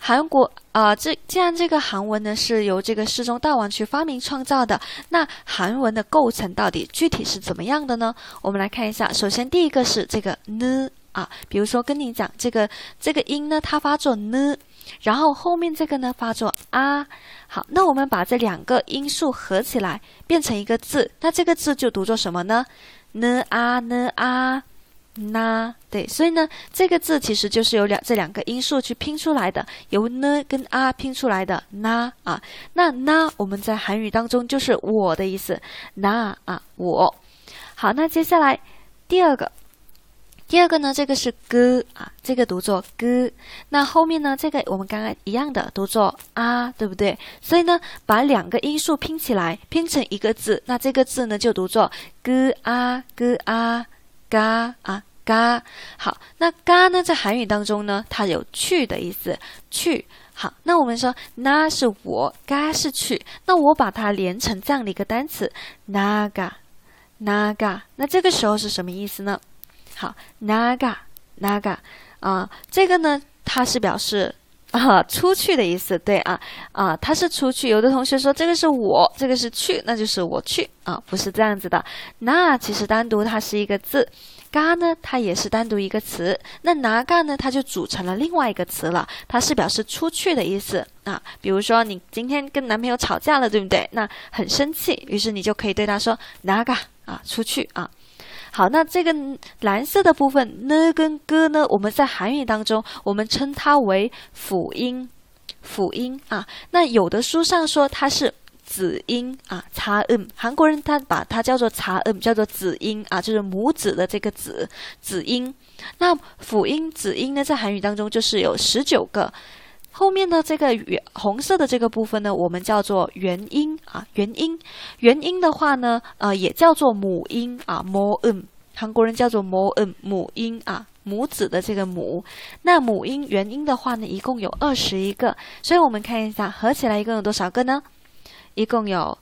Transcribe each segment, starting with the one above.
韩国既然这个韩文呢是由这个世宗大王去发明创造的，那韩文的构成到底具体是怎么样的呢？我们来看一下，首先第一个是这个呢比如说跟你讲这个音呢，它发作呢，然后后面这个呢发作啊。好，那我们把这两个音素合起来变成一个字，那这个字就读作什么呢？呢啊那，对，所以呢，这个字其实就是由这两个音素去拼出来的，由呢跟啊拼出来的那那我们在韩语当中就是我的意思，那我。好，那接下来第二个呢，这个是歌这个读作歌。那后面呢，这个我们刚刚一样的读作啊，对不对？所以呢，把两个音素拼起来，拼成一个字，那这个字呢就读作歌啊嘎嘎。好，那嘎呢，在韩语当中呢，它有去的意思，去。好，那我们说那是我，嘎是去，那我把它连成这样的一个单词，那嘎，那这个时候是什么意思呢？好，那个这个呢，它是表示出去的意思，对它是出去。有的同学说这个是我，这个是去，那就是我去不是这样子的。那其实单独它是一个字，嘎呢它也是单独一个词，那哪嘎呢它就组成了另外一个词了，它是表示出去的意思比如说你今天跟男朋友吵架了，对不对？那很生气，于是你就可以对他说哪嘎出去好，那这个蓝色的部分呢跟歌呢，我们在韩语当中我们称它为辅音那有的书上说它是子音擦韩国人他把它叫做擦叫做子音就是母子的这个子音。那辅音子音呢，在韩语当中就是有19个。后面的这个红色的这个部分呢，我们叫做元音元音的话呢，也叫做母音母韩国人叫做母音母子的这个母。那母音元音的话呢，一共有21个，所以我们看一下合起来一共有多少个呢？一共有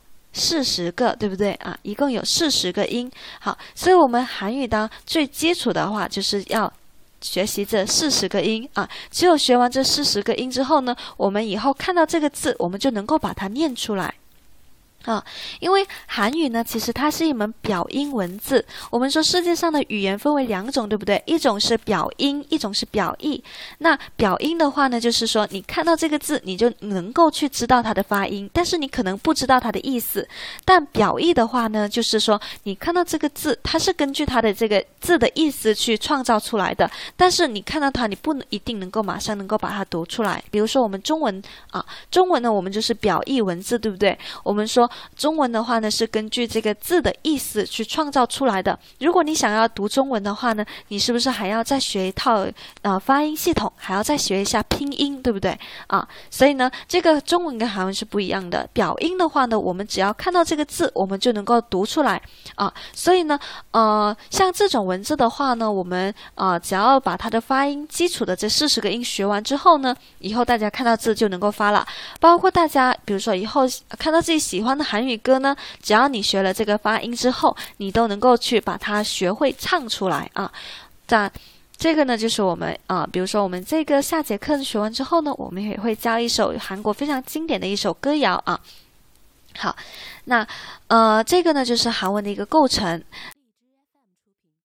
40个，对不对一共有40个音。好，所以我们韩语当最基础的话就是要学习这40个音只有学完这40个音之后呢，我们以后看到这个字，我们就能够把它念出来因为韩语呢，其实它是一门表音文字。我们说世界上的语言分为2种，对不对？一种是表音，一种是表意。那表音的话呢，就是说你看到这个字，你就能够去知道它的发音，但是你可能不知道它的意思。但表意的话呢，就是说你看到这个字，它是根据它的这个字的意思去创造出来的，但是你看到它，你不一定能够马上能够把它读出来。比如说我们中文中文呢，我们就是表意文字，对不对？我们说中文的话呢，是根据这个字的意思去创造出来的。如果你想要读中文的话呢，你是不是还要再学一套发音系统，还要再学一下拼音，对不对所以呢，这个中文跟韩文是不一样的。表音的话呢，我们只要看到这个字，我们就能够读出来所以呢像这种文字的话呢，我们只要把它的发音基础的这40个音学完之后呢，以后大家看到字就能够发了。包括大家比如说以后看到自己喜欢的韩语歌呢，只要你学了这个发音之后，你都能够去把它学会唱出来这个呢就是我们比如说我们这个下节课学完之后呢，我们也会教一首韩国非常经典的一首歌谣好，那这个呢就是韩文的一个构成。